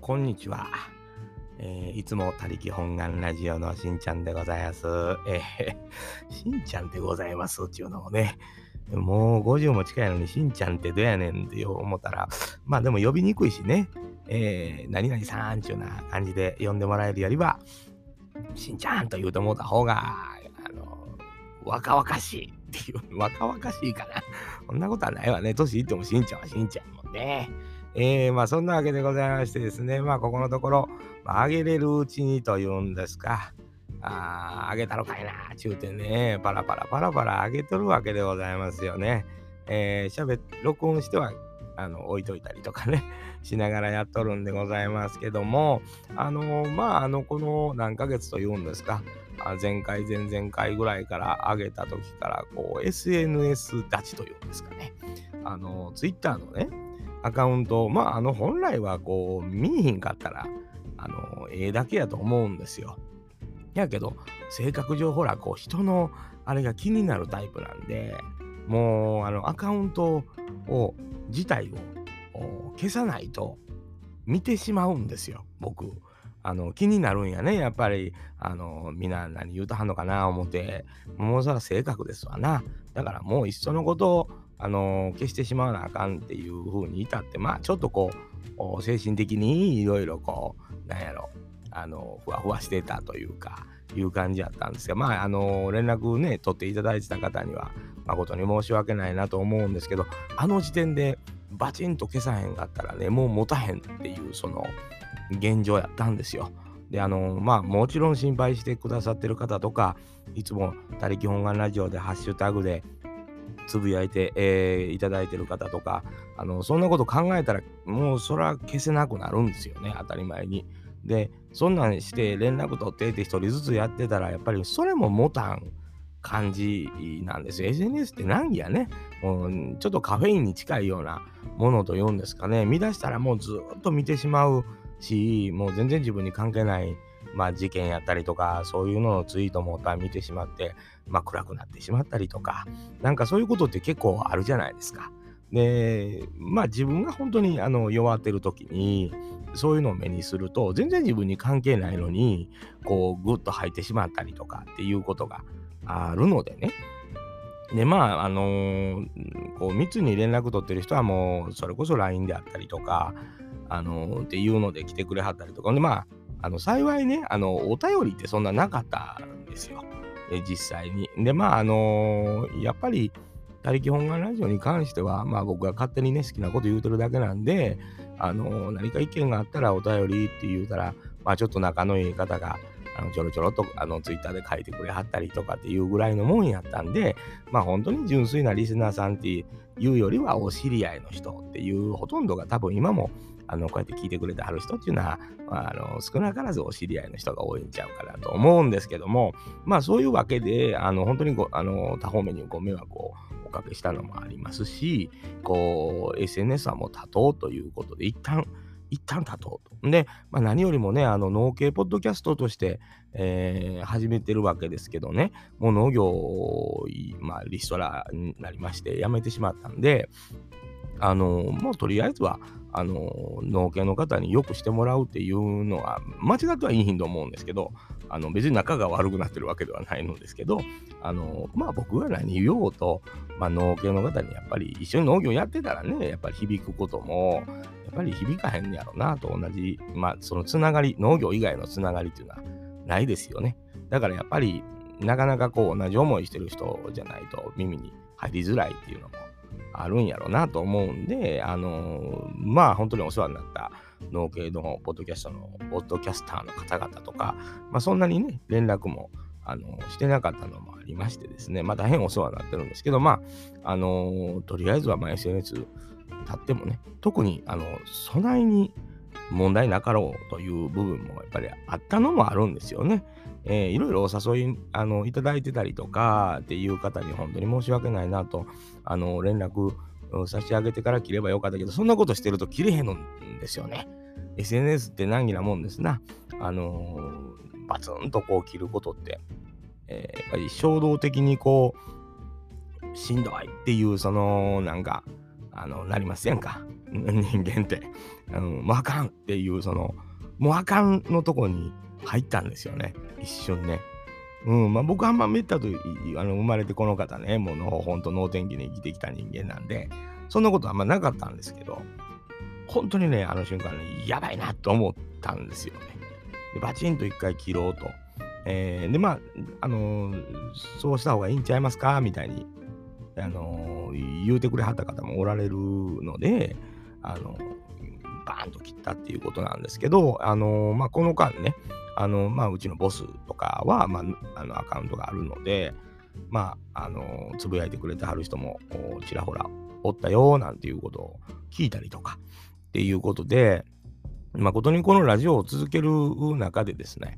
こんにちは。いつも他力本願ラジオのしんちゃんでございます。しんちゃんでございますっていうのもね、もう50も近いのにしんちゃんってどうやねんって思ったら、まあでも呼びにくいしね、何々さんっていうような感じで呼んでもらえるよりは、しんちゃんと言うと思った方が、若々しいっていう、若々しいかな。そんなことはないわね。年いってもしんちゃんはしんちゃんもんね。まあそんなわけでございましてですね、まあここのところ、あげれるうちにというんですか、あげたのかいな、ちゅうてね、パラパラパラパラあげとるわけでございますよね。録音しては、置いといたりとかね、しながらやっとるんでございますけども、この何ヶ月というんですか、前回、前々回ぐらいから上げた時から、SNS 立ちというんですかね。Twitter のね、アカウント、本来は見えひんかったら、だけやと思うんですよ。やけど、性格上、ほら、人のあれが気になるタイプなんで、もう、アカウント自体を消さないと見てしまうんですよ、僕。気になるんやね、やっぱり、みんな何言うとはんのかな思って、もうそら性格ですわな。だからもういっそのことを、消してしまわなあかんっていう風に至って、ちょっと精神的にいろいろなんやろ、ふわふわしてたというか、いう感じやったんですが、連絡ね、取っていただいてた方には、誠に申し訳ないなと思うんですけど、あの時点でバチンと消さへんかったらね、もう持たへんっていう、その、現状やったんですよ。で、もちろん心配してくださってる方とか、いつも他力本願ラジオでハッシュタグでつぶやいて、いただいてる方とか、そんなこと考えたら、もうそら消せなくなるんですよね、当たり前に。で、そんなんして連絡取ってって一人ずつやってたら、やっぱりそれも持たん感じなんですよ。SNS って難儀やね。もうちょっとカフェインに近いようなものと言うんですかね。見出したらもうずっと見てしまうし、もう全然自分に関係ない、事件やったりとか、そういうののツイートもやっぱり見てしまって、暗くなってしまったりとか、なんかそういうことって結構あるじゃないですか。で、自分が本当に弱ってる時に、そういうのを目にすると、全然自分に関係ないのに、ぐっと入ってしまったりとかっていうことがあるのでね。で、密に連絡取ってる人はもう、それこそ LINE であったりとか、っていうので来てくれはったりとか、で、幸いね、お便りってそんななかったんですよ。実際に。で、やっぱり、他力本願ラジオに関しては、僕が勝手にね、好きなこと言うてるだけなんで、何か意見があったらお便りって言うたら、ちょっと仲のいい方が、ちょろちょろっと、ツイッターで書いてくれはったりとかっていうぐらいのもんやったんで、本当に純粋なリスナーさんっていうよりは、お知り合いの人っていう、ほとんどが多分今も、こうやって聞いてくれてはる人っていうのは、少なからずお知り合いの人が多いんちゃうかなと思うんですけども、そういうわけで、本当に多方面にご迷惑をおかけしたのもありますし、SNS はもう立とうということで、一旦立とうと。で、何よりもね、農系ポッドキャストとして、始めてるわけですけどね、もう農業、リストラになりまして、辞めてしまったんで、もうとりあえずは、農家の方によくしてもらうっていうのは、間違ってはいいひんと思うんですけど、別に仲が悪くなってるわけではないのですけど、僕が何言おうと、農家の方にやっぱり一緒に農業やってたらね、やっぱり響くことも、やっぱり響かへんねやろなと同じ、そのつながり、農業以外のつながりっていうのはないですよね。だからやっぱり、なかなか同じ思いしてる人じゃないと耳に入りづらいっていうのもあるんやろなと思うんで、本当にお世話になった農系のポッドキャスターの方々とか、そんなにね、連絡も、してなかったのもありましてですね、大変お世話になってるんですけど、とりあえずはSNS 立ってもね、特に、備えに問題なかろうという部分もやっぱりあったのもあるんですよね。いろいろお誘い、いただいてたりとかっていう方に本当に申し訳ないなと、連絡差し上げてから切ればよかったけど、そんなことしてると切れへんのですよね。SNS って難儀なもんですな。バツンと切ることって、やっぱり衝動的にしんどいっていう、 なりますやんか。人間って。もうあかんっていう、もうあかんのとこに入ったんですよね。一瞬ね。僕あんまめったと生まれてこの方ね、もうほんと能天気に生きてきた人間なんで、そんなことあんまなかったんですけど、本当にね、あの瞬間ね、やばいなと思ったんですよね。で、バチンと一回切ろうと。で、そうした方がいいんちゃいますかみたいに、言うてくれはった方もおられるので、あの、バーンと切ったっていうことなんですけど、この間ね、うちのボスとかは、アカウントがあるので、つぶやいてくれてはる人もちらほらおったよなんていうことを聞いたりとかっていうことで、誠にこのラジオを続ける中でですね、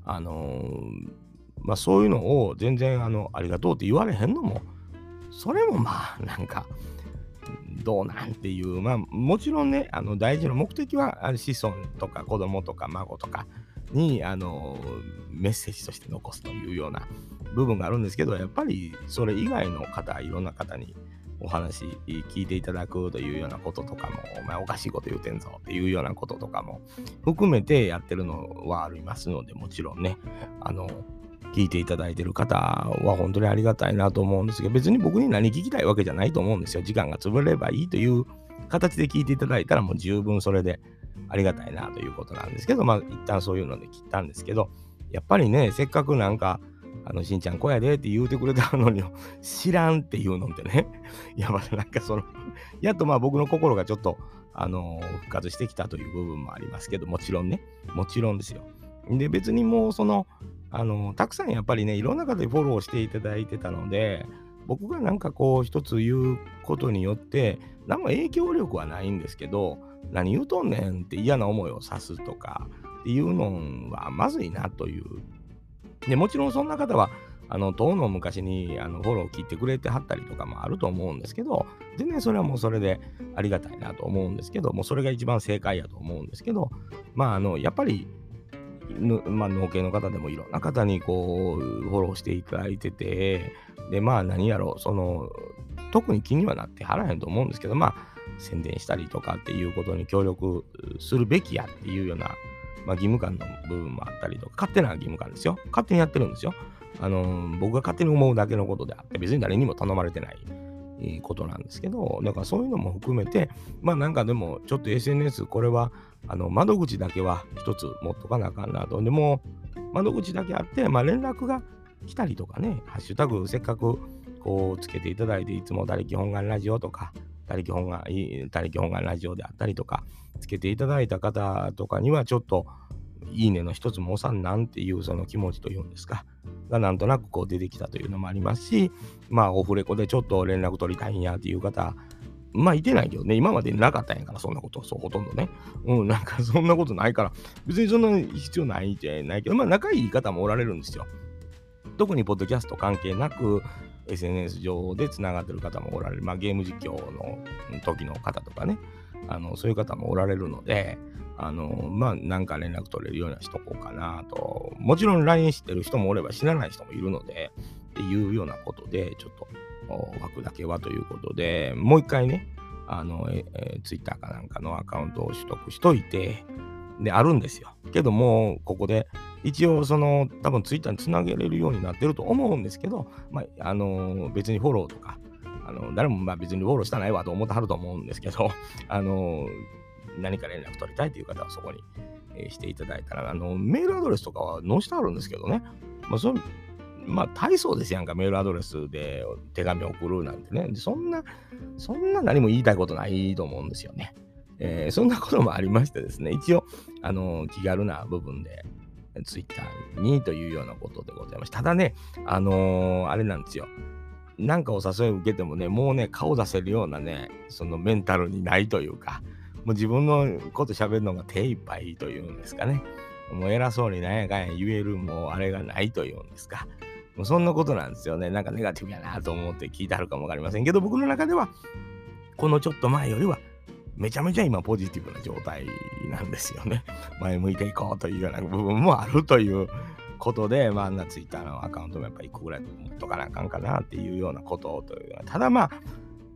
そういうのを全然ありがとうって言われへんのも、それもなんか、どうなんていう、もちろんね、大事な目的は、子孫とか子供とか孫とかに、メッセージとして残すというような部分があるんですけど、やっぱりそれ以外の方、いろんな方にお話聞いていただくというようなこととかも、おかしいこと言うてんぞっていうようなこととかも含めてやってるのはありますので、もちろんね、聞いていただいてる方は本当にありがたいなと思うんですけど、別に僕に何聞きたいわけじゃないと思うんですよ。時間が潰れればいいという形で聞いていただいたらもう十分それでありがたいなということなんですけど、一旦そういうので切ったんですけど、やっぱりね、せっかくなんか、しんちゃんこやでって言うてくれたのに、知らんっていうのってね、やっぱなんかやっと僕の心がちょっと、復活してきたという部分もありますけど、もちろんね、もちろんですよ。で、別にもうたくさんやっぱりね、いろんな方にフォローしていただいてたので、僕がなんかこう一つ言うことによって、何も影響力はないんですけど、何言うとんねんって嫌な思いをさすとかっていうのはまずいなという。で、もちろんそんな方は、遠の昔にフォロー切ってくれてはったりとかもあると思うんですけど、全然それはもうそれでありがたいなと思うんですけど、もうそれが一番正解やと思うんですけど、やっぱり、農系の方でもいろんな方にこう、フォローしていただいてて、で、何やろう、特に気にはなってはらへんと思うんですけど、宣伝したりとかっていうことに協力するべきやっていうような、義務感の部分もあったりとか、勝手な義務感ですよ。勝手にやってるんですよ。僕が勝手に思うだけのことであって、別に誰にも頼まれてないことなんですけど、だからそういうのも含めて、なんかでも、ちょっと SNS、これは、窓口だけは一つ持っとかなあかんなと。でも、窓口だけあって、連絡が来たりとかね、ハッシュタグせっかくこうつけていただいて、いつも他力本願ラジオとか、他力本願ラジオであったりとか、つけていただいた方とかには、ちょっと、いいねの一つも押さんなんっていうその気持ちというんですか、がなんとなくこう出てきたというのもありますし、オフレコでちょっと連絡取りたいんやっていう方、いてないけどね、今までなかったんやから、そんなこと、ほとんどね。なんかそんなことないから、別にそんな必要ないじゃないけど、仲いい方もおられるんですよ。特にポッドキャスト関係なく、SNS 上でつながってる方もおられる。ゲーム実況の時の方とかね、そういう方もおられるので、なんか連絡取れるようにしとこうかなと。もちろん LINE 知ってる人もおれば知らない人もいるので、っていうようなことで、ちょっと枠だけはということで、もう一回ね、Twitter かなんかのアカウントを取得しといて、で、あるんですよ。けども、ここで、一応、多分 Twitter につなげれるようになってると思うんですけど、別にフォローとか、誰も別にフォローしたないわと思ってはると思うんですけど、何か連絡取りたいという方はそこに、していただいたら、メールアドレスとかは載せてあるんですけどね、大層ですやんか、メールアドレスで手紙を送るなんてね。そんな何も言いたいことないと思うんですよね。そんなこともありましてですね、一応、気軽な部分で、ツイッターにというようなことでございます。ただね、あれなんですよ。なんかお誘い受けてもね、もうね、顔出せるようなね、そのメンタルにないというか、もう自分のこと喋るのが手一杯というんですかね。もう偉そうになんやかんや言えるもうあれがないというんですか。もうそんなことなんですよね。なんかネガティブやなと思って聞いてはるかもわかりませんけど、僕の中では、このちょっと前よりは、めちゃめちゃ今ポジティブな状態なんですよね。前向いていこうというような部分もあるということで、ツイッターのアカウントもやっぱり1個ぐらい持っとかなあかんかなっていうようなことという。ただ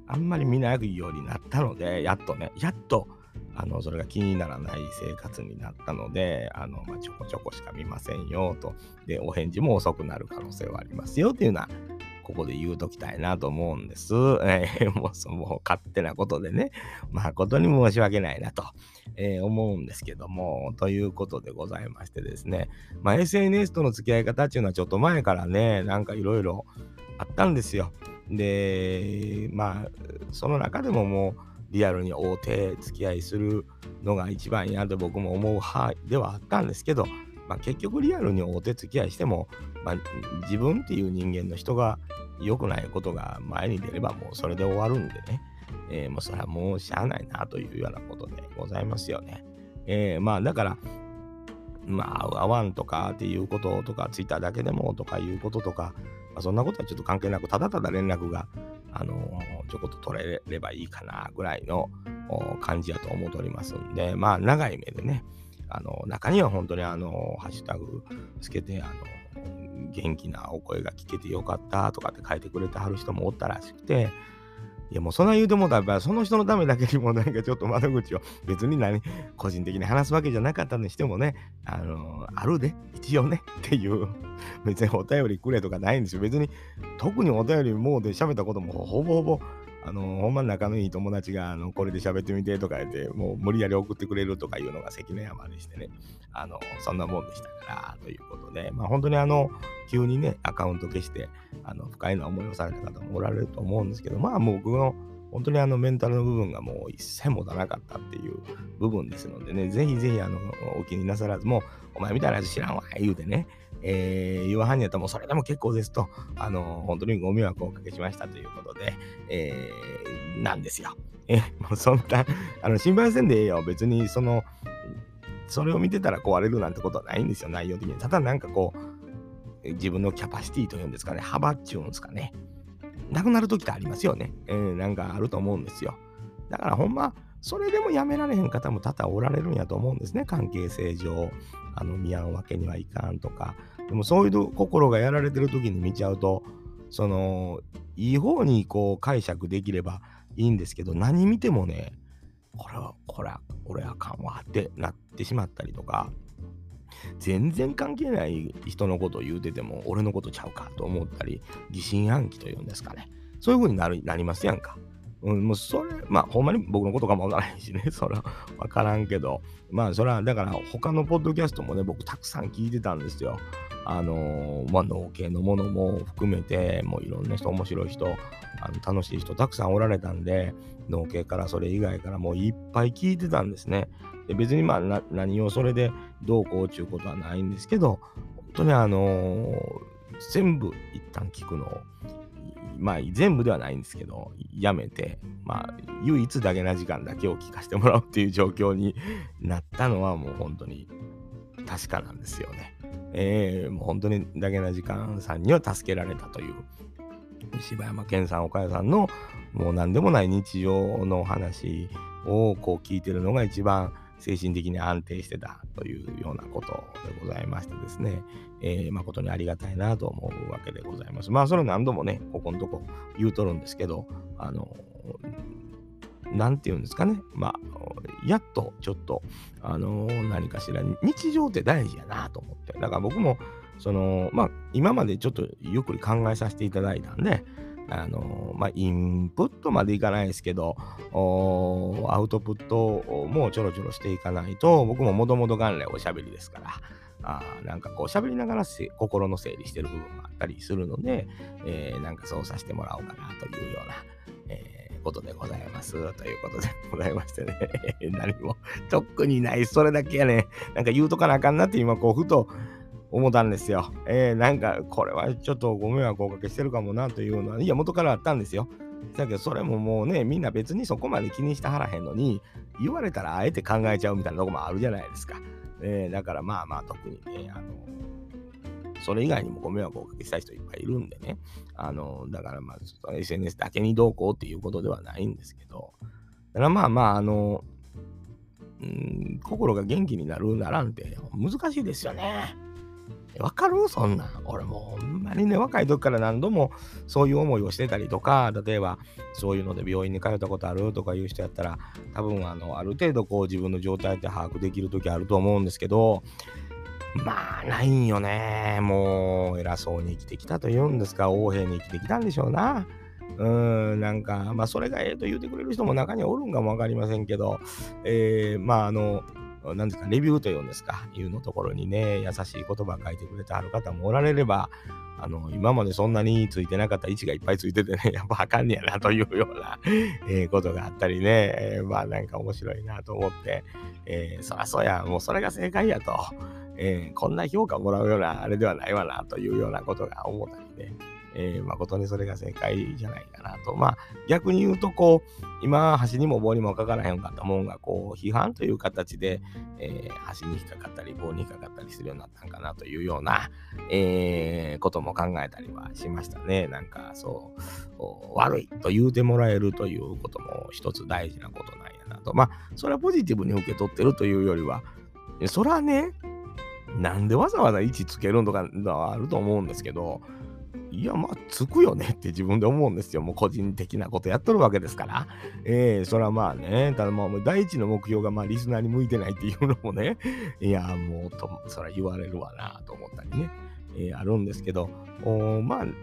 あんまり見ないようになったので、やっとそれが気にならない生活になったので、ちょこちょこしか見ませんよと。で、お返事も遅くなる可能性はありますよっていうのは、ここで言うときたいなと思うんです。もう勝手なことでね、誠に申し訳ないなと、思うんですけども、ということでございましてですね、SNS との付き合い方っていうのはちょっと前からね、なんかいろいろあったんですよ。で、その中でももう、リアルに会うて付き合いするのが一番いいなと僕も思う派ではあったんですけど、結局リアルに会うて付き合いしても、自分っていう人間の人が良くないことが前に出ればもうそれで終わるんでね、もうそれはもうしゃあないなというようなことでございますよね。だから、会わんとかっていうこととか、ツイッターだけでもとかいうこととか、そんなことはちょっと関係なく、ただただ連絡が、ちょこっと取れればいいかなぐらいの感じやと思っておりますんで、長い目でね、中には本当にハッシュタグつけて、元気なお声が聞けてよかったとかって書いてくれてはる人もおったらしくて、いやもうそんな言うてもたら、その人のためだけにもなんかちょっと窓口を別に個人的に話すわけじゃなかったにしてもね、あるで、一応ねっていう、別にお便りくれとかないんですよ。別に特にお便りもうで喋ったこともほぼほぼ、ほんま仲のいい友達がこれで喋ってみてとか言って、もう無理やり送ってくれるとかいうのが関の山でしてね、そんなもんでしたからということで、本当に急にね、アカウント消して、不快な思いをされた方もおられると思うんですけど、もう僕の本当にメンタルの部分がもう一切持たなかったっていう部分ですのでね、ぜひぜひお気になさらず、もうお前みたいなやつ知らんわ言うてね、言わはんやったらもうそれでも結構ですと、本当にご迷惑をおかけしましたということで、なんですよ。もうそんな、心配せんでええよ。別にそれを見てたら壊れるなんてことはないんですよ、内容的に。ただなんかこう、自分のキャパシティというんですかね、幅っちゅうんですかね。なくなる時ってありますよね。なんかあると思うんですよ。だからほんま、それでもやめられへん方も多々おられるんやと思うんですね。関係性上、見合うわけにはいかんとか。でもそういう心がやられてる時に見ちゃうと、いい方にこう解釈できればいいんですけど、何見てもね、俺あかんわってなってしまったりとか、全然関係ない人のことを言うてても、俺のことちゃうかと思ったり、疑心暗鬼というんですかね。そういう風になりますやんか。もうそれ、ほんまに僕のことかもわからへんしね、それはわからんけど、それは、だから他のポッドキャストもね、僕たくさん聞いてたんですよ。脳系のものも含めて、もういろんな人、面白い人、楽しい人たくさんおられたんで、脳系からそれ以外からもういっぱい聞いてたんですね。で別に何をそれでどうこうっていうことはないんですけど、本当に全部一旦聞くのを、全部ではないんですけど、やめて、唯一だけな時間だけを聞かせてもらうっていう状況になったのはもう本当に確かなんですよね。もう本当にだけな時間さんには助けられたという、柴山健さん、岡谷さんのもう何でもない日常の話をこう聞いてるのが一番精神的に安定してたというようなことでございましてですね、誠にありがたいなと思うわけでございます。それ何度もね、ここのとこ言うとるんですけど、なんていうんですかね、やっとちょっと、何かしら日常って大事やなと思って、だから僕も今までちょっとゆっくり考えさせていただいたんで、インプットまでいかないですけど、アウトプットもちょろちょろしていかないと、僕ももともと元来おしゃべりですから、なんかこう喋りながら心の整理してる部分もあったりするので、なんかそうさせてもらおうかなというような、ことでございますということでございましてね何も特にない、それだけやね、なんか言うとかなあかんなって今こうふと思ったんですよ。なんかこれはちょっとご迷惑をおかけしてるかもなというのは、いや元からあったんですよ。だけどそれももうね、みんな別にそこまで気にしてはらへんのに、言われたらあえて考えちゃうみたいなとこもあるじゃないですか。だから特にね、それ以外にもご迷惑をおかけしたい人いっぱいいるんでね。だからSNS だけにどうこうっていうことではないんですけど、だから心が元気になるならんって難しいですよね。 わかるそんなん。俺もうほんまにね、若い時から何度もそういう思いをしてたりとか、例えばそういうので病院に通ったことあるとかいう人やったら、多分ある程度こう自分の状態って把握できる時あると思うんですけど、まあ、ないんよね。もう、偉そうに生きてきたと言うんですか、横柄に生きてきたんでしょうな。なんか、まあ、それがええと言うてくれる人も中にはおるんかもわかりませんけど、まあ、なんですか、レビューというんですか、いうのところにね、優しい言葉書いてくれてはる方もおられれば、今までそんなについてなかった位置がいっぱいついててね、やっぱあかんねやなというような、ことがあったりね、まあ、なんか面白いなと思って、そらそうや、もうそれが正解やと。こんな評価もらうようなあれではないわなというようなことが思ったりね、誠にそれが正解じゃないかなと。まあ逆に言うとこう、今橋にも棒にもかからへんかったもんがこう批判という形で、橋に引っかかったり棒に引っかかったりするようになったんかなというような、ことも考えたりはしましたね。なんかそう悪いと言うてもらえるということも一つ大事なことなんやなと。まあそれはポジティブに受け取ってるというよりは、そらね、なんでわざわざ位置つけるんとかはあると思うんですけど、いや、まあ、つくよねって自分で思うんですよ。もう個人的なことやっとるわけですから。それはまあね、ただまあ、もう第一の目標がまあ、リスナーに向いてないっていうのもね、いや、もうそれは言われるわなと思ったりね、あるんですけど、まあ、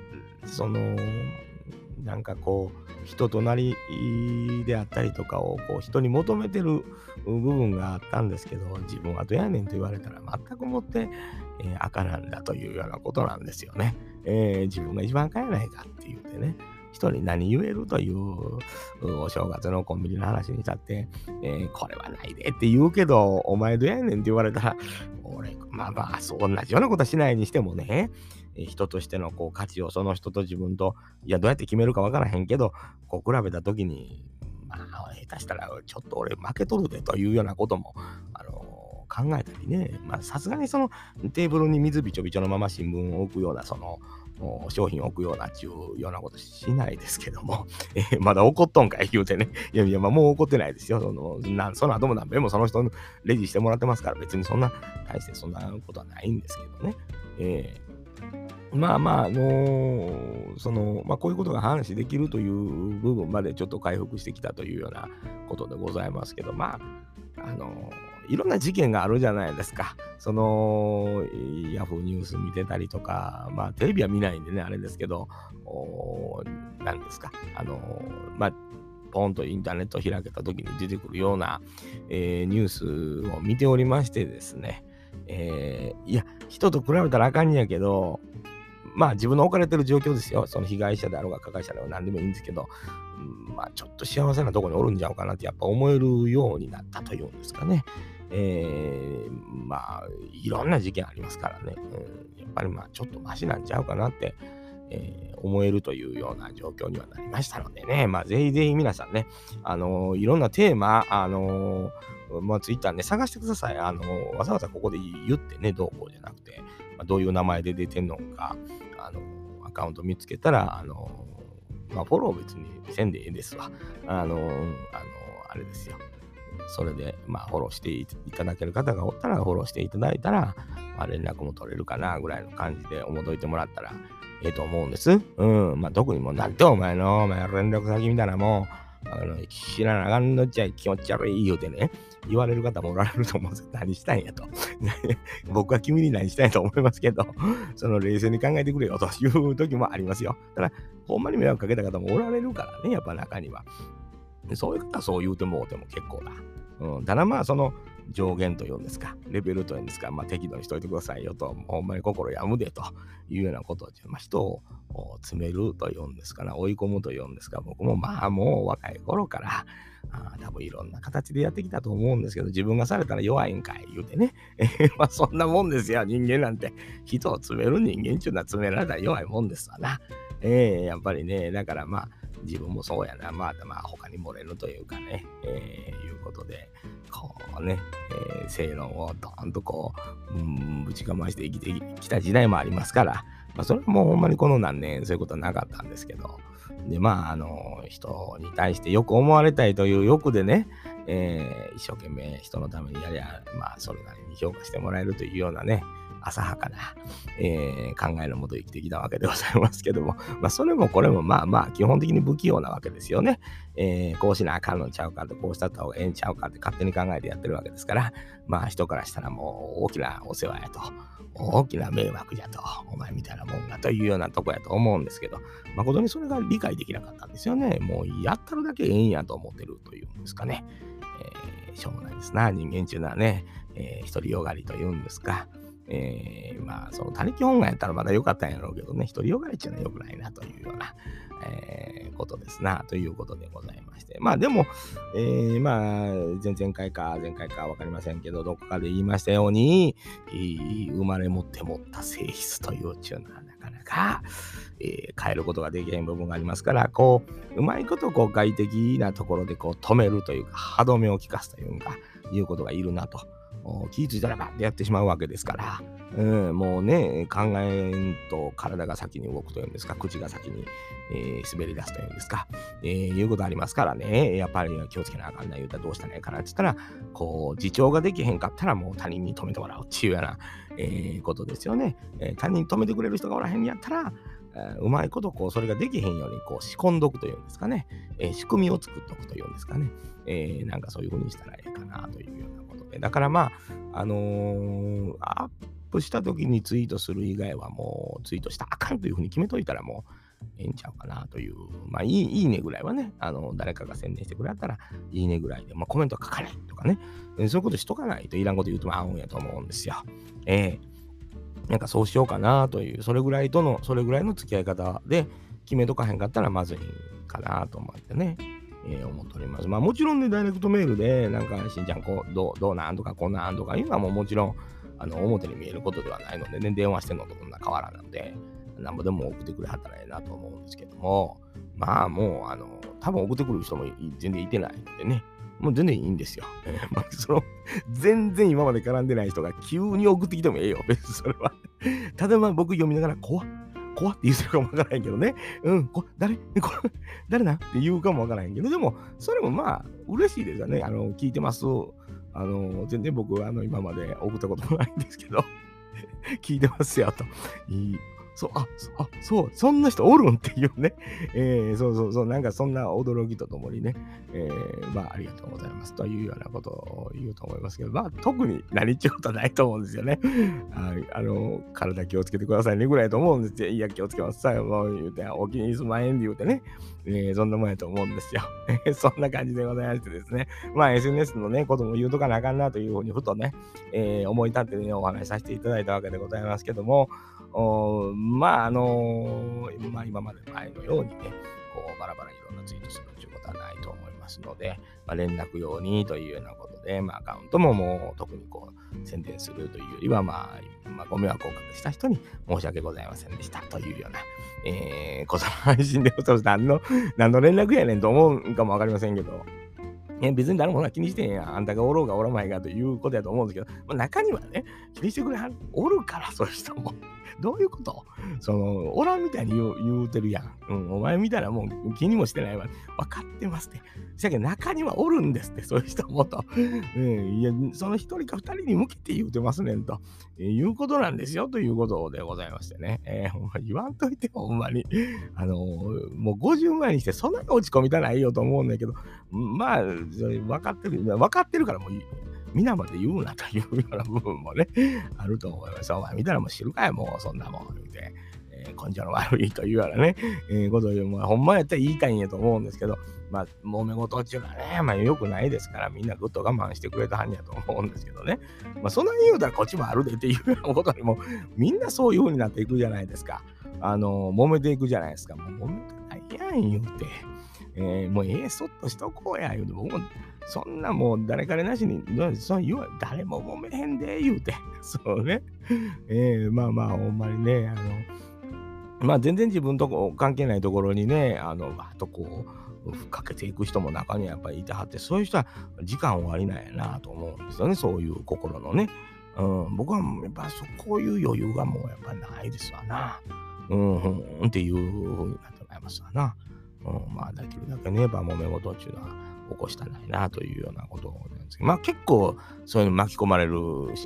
なんかこう、人となりであったりとかをこう人に求めてる部分があったんですけど、自分はどやねんと言われたら全くもって、赤なんだというようなことなんですよね。自分が一番赤やないかって言ってね、人に何言えるというお正月のコンビニの話にしたって、これはないでって言うけど、お前どやねんって言われたら、俺、まあまあ、そう同じようなことはしないにしてもね、人としてのこう価値をその人と自分と、いや、どうやって決めるかわからへんけど、こう比べたときに、まあ、下手したらちょっと俺負けとるでというようなことも、考えたりね、まあ、さすがにそのテーブルに水びちょびちょのまま新聞を置くような、商品を置くようなっていうようなことしないですけども、まだ怒っとんかい言うてね、いやいや、まあ、もう怒ってないですよ。その後も何べんもその人のレジしてもらってますから、別にそんな、大してそんなことはないんですけどね。まあまあ、まあ、こういうことが話できるという部分までちょっと回復してきたというようなことでございますけど、まあ、いろんな事件があるじゃないですか。ヤフーニュース見てたりとか、まあ、テレビは見ないんでね、あれですけど、何ですか、まあ、ポンとインターネットを開けた時に出てくるような、ニュースを見ておりましてですね、いや、人と比べたらあかんやけど、まあ自分の置かれてる状況ですよ。その被害者であろうが加害者であろうが何でもいいんですけど、まあちょっと幸せなところにおるんじゃうかなってやっぱ思えるようになったというんですかね。まあいろんな事件ありますからね、やっぱりまあちょっとマシなんちゃうかなって、思えるというような状況にはなりましたのでね、まあぜひぜひ皆さんね、いろんなテーマ、まあ、ツイッターね、探してください。わざわざここで言ってね、どうこうじゃなくて、まあ、どういう名前で出てんのか、アカウント見つけたら、まあ、フォロー別にせんでええですわ。あれですよ。それで、まあ、フォローしていただける方がおったら、フォローしていただいたら、まあ、連絡も取れるかな、ぐらいの感じで思っといてもらったらええと思うんです。まあ、特にもう、なんてお前連絡先みたいなもん、知らなあかんのっちゃ気持ち悪い言うてね、言われる方もおられると思うんですよ。何したんやと。僕は君に何したんやと思いますけど、その冷静に考えてくれよという時もありますよ。ただ、ほんまに迷惑かけた方もおられるからね、やっぱ中には。そういう方はそう言うてもうても結構だ。ただまあ、その上限というんですか、レベルというんですか、まあ適度にしといてくださいよと、ほんまに心やむでというようなことを、まあ、人を詰めるというんですかね、追い込むというんですか、僕もまあもう若い頃から、多分いろんな形でやってきたと思うんですけど、自分がされたら弱いんかい言うてね。まあそんなもんですよ、人間なんて。人を詰める人間っていうのは詰められたら弱いもんですわな。やっぱりね、だからまあ、自分もそうやな、まあ他に漏れるというかね、いうことで、こうね、正論をドーンとこう、ぶちかまして生きてきた時代もありますから、まあそれはもうほんまにこの何年そういうことはなかったんですけど、でまあ人に対してよく思われたいという欲でね、一生懸命人のためにやりゃ、まあそれなりに評価してもらえるというようなね、 浅はかな、考えのもと生きてきたわけでございますけども、それもこれも基本的に不器用なわけですよね。こうしなあかんのちゃうかと、こうしたった方がええんちゃうかって勝手に考えてやってるわけですから、人からしたらもう大きなお世話やと、大きな迷惑じゃと、お前みたいなもんがというようなとこやと思うんですけど、誠にそれが理解できなかったんですよね。もうやったるだけええんやと思ってるというんですかね。しょうもないですな、人間中はね、独りよがりというんですか。その他力本願やったらまだ良かったんやろうけどね、独りよがりっていうのは良くないなというような、ことですな、ということでございまして。でも、前々回か分かりませんけど、どこかで言いましたように、生まれ持って持った性質というのはなかなか、変えることができない部分がありますから、うまいこと外的なところで止めるというか、歯止めを効かすということがいるなと。気ぃついたらバッてやってしまうわけですから、もうね、考えんと体が先に動くというんですか、口が先に、滑り出すというんですか、いうことありますからね、やっぱり気をつけなあかんない言うたらどうしたらいいかなって言ったら、自重ができへんかったらもう他人に止めてもらうっていうような、ことですよね。他人に止めてくれる人がおらへんやったら、うまいことそれができへんように仕込んどくというんですかね、仕組みを作っとくというんですかね、なんかそういう風にしたらいいかなというようなことで、だからアップした時にツイートする以外はもうツイートしたらあかんという風に決めといたらもうええんちゃうかなという、いいねぐらいはね、誰かが宣伝してくれたらいいねぐらいで、コメント書かないとかね、そういうことしとかないといらんこと言うとも合うんやと思うんですよ。なんかそうしようかなという、それぐらいの付き合い方で決めとかへんかったらまずいかなと思ってね、思っております。もちろんね、ダイレクトメールで、なんか、しんちゃん、どうなんとか、こんなんとかいうのはもちろん、表に見えることではないのでね、電話してんのとこんな変わらないので、なんぼでも送ってくれはったらええなと思うんですけども、もう、多分送ってくる人も全然いてないのでね、もう全然いいんですよ。全然今まで絡んでない人が急に送ってきてもええよ。別にそれは。ただ僕読みながら怖って言うてるかもわからへんけどね。誰なんって言うかもわからへんけど、でも、それも嬉しいですよね。聞いてます。全然僕は今まで送ったこともないんですけど、聞いてますよと。そんな人おるんっていうね。なんかそんな驚きとともにね、ありがとうございますというようなことを言うと思いますけど、特に何ちゅうことはないと思うんですよね。体気をつけてくださいねぐらいと思うんですよ。いや、気をつけますさよ、もう言うて、お気にすまへんで言うてね、そんなもんやと思うんですよ。そんな感じでございましてですね。SNS のね、ことも言うとかなあかんなというふうにふとね、思い立ってね、お話しさせていただいたわけでございますけども、今まで前のようにね、バラバラにいろんなツイートするということはないと思いますので、連絡用にというようなことで、アカウントももう特に宣伝するというよりは、ご迷惑をおかけした人に申し訳ございませんでしたというような、ことの配信でございます。何の連絡やねんと思うかもわかりませんけど、別に誰も気にしてへんやん。あんたがおろうがおらまいがということやと思うんですけど、中にはね、気にしてくれはる、おるから、そういう人も。どういうこと？おらんみたいに言うてるやん。お前みたいなもん気にもしてないわ。分かってますって。せやけど中にはおるんですって、そういう人もと。いや、その一人か二人に向けて言うてますねんと、いうことなんですよということでございましてね。ほんま言わんといてほんまに。もう50前にしてそんなに落ち込みたないよと思うんだけど、それ分かってるからもう皆まで言うなというような部分もね、あると思います。お前見たらもう知るかい、もうそんなもん、言うて、根性の悪いというようなね、ことをほんまやったら言いたいんやと思うんですけど、揉め事っていうのはね、良くないですから、みんなぐっと我慢してくれたはんやと思うんですけどね。そんなに言うたらこっちもあるでっていうようなことにも、みんなそういう風になっていくじゃないですか。揉めていくじゃないですか。もう揉めてないやん、言うて。もうそっとしとこうや、言うて、僕もそんなもう誰彼なしに、誰も揉めへんで、言うて。そうね。ほんまにね、全然自分と関係ないところにね、わーっとかけていく人も中にはやっぱりいてはって、そういう人は時間終わりなんやなと思うんですよね、そういう心のね。僕はやっぱこういう余裕がもうやっぱりないですわな。っていう風になってまいりますわな。できるだけね、揉め事っていうのは起こしたないなというようなことなんですけど、結構そういうの巻き込まれるしね。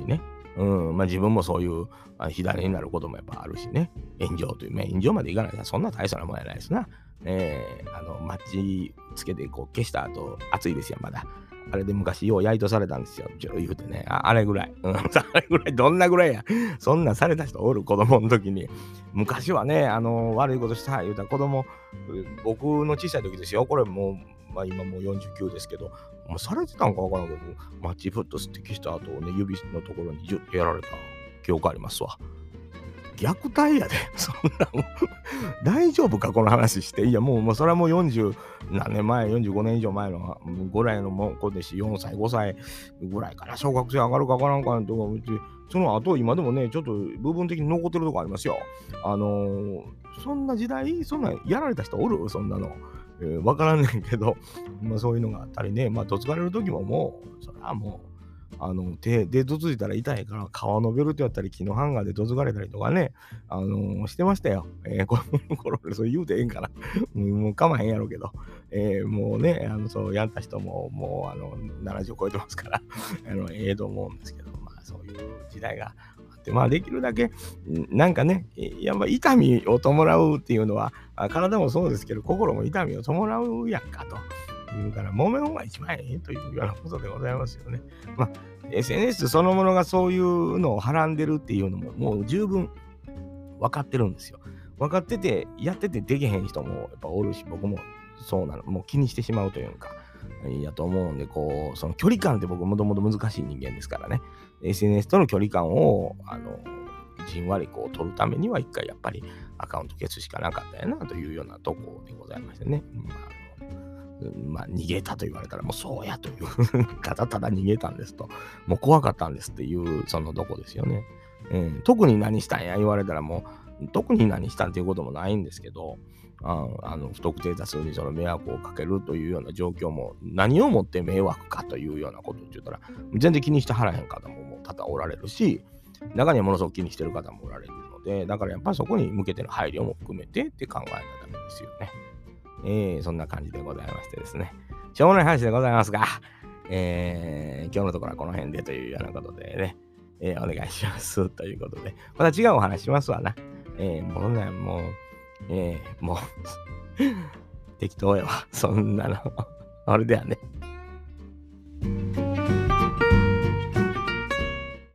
まあ自分もそういう左になることもやっぱあるしね。炎上という、炎上までいかないから、そんな大層なもんやないですな。マッチつけてこう消した後、熱いですよ、まだ。あれで昔ようやいとされたんですよ。言うてね。あれぐらい。あれぐらい、どんなぐらいや。そんなんされた人おる、子供の時に。昔はね、悪いことした言うたら子供、僕の小さい時ですよ。これもう、今もう49ですけど、もうされてたんかわからんけど、マッチフットスティックした後ね、指のところにジュッとやられた記憶ありますわ。虐待やで。そんなもん大丈夫かこの話して。いやもうそれはもう40何年前、45年以上前のぐらいの子ですし、4歳、5歳ぐらいから小学生上がるかわからんかんとか、その後今でもね、ちょっと部分的に残ってるとこありますよ。そんな時代、そんなやられた人おるそんなの。わからんねんけど、そういうのがあったりね、どつかれる時ももう、それはもう、手でどついたら痛いから、皮のベルトやったり、木のハンガーでどつかれたりとかね、してましたよ。子供の頃でそう言うてええんかな。もうかまへんやろうけど、もうね、そうやった人も、もう、70超えてますから、ええと思うんですけど、そういう時代があって、できるだけ、なんかね、やっぱ痛みを伴うっていうのは、体もそうですけど、心も痛みを伴うやんかと。いうから、揉めの方が一番ええというようなことでございますよね。SNS そのものがそういうのをはらんでるっていうのも、もう十分分かってるんですよ。分かってて、やっててできへん人もやっぱおるし、僕もそうなの、もう気にしてしまうというか、やと思うんで、その距離感って僕もともと難しい人間ですからね。SNS との距離感を、じんわり取るためには一回やっぱりアカウント消すしかなかったやなというようなところでございましてね。逃げたと言われたらもうそうやというただただ逃げたんですと、もう怖かったんですっていうそのどこですよね。特に何したんや言われたらもう特に何したんっていうこともないんですけど、不特定多数にその迷惑をかけるというような状況も何をもって迷惑かというようなことを言ったら全然気にしてはらへん方ももう多々おられるし、中にはものすごく気にしてる方もおられるので、だからやっぱりそこに向けての配慮も含めてって考えたらダメですよね。そんな感じでございましてですね。しょうもない話でございますが、今日のところはこの辺でというようなことでね、お願いしますということで、また違うお話しますわな。もうね、もう適当やわ。そんなの。あれではね。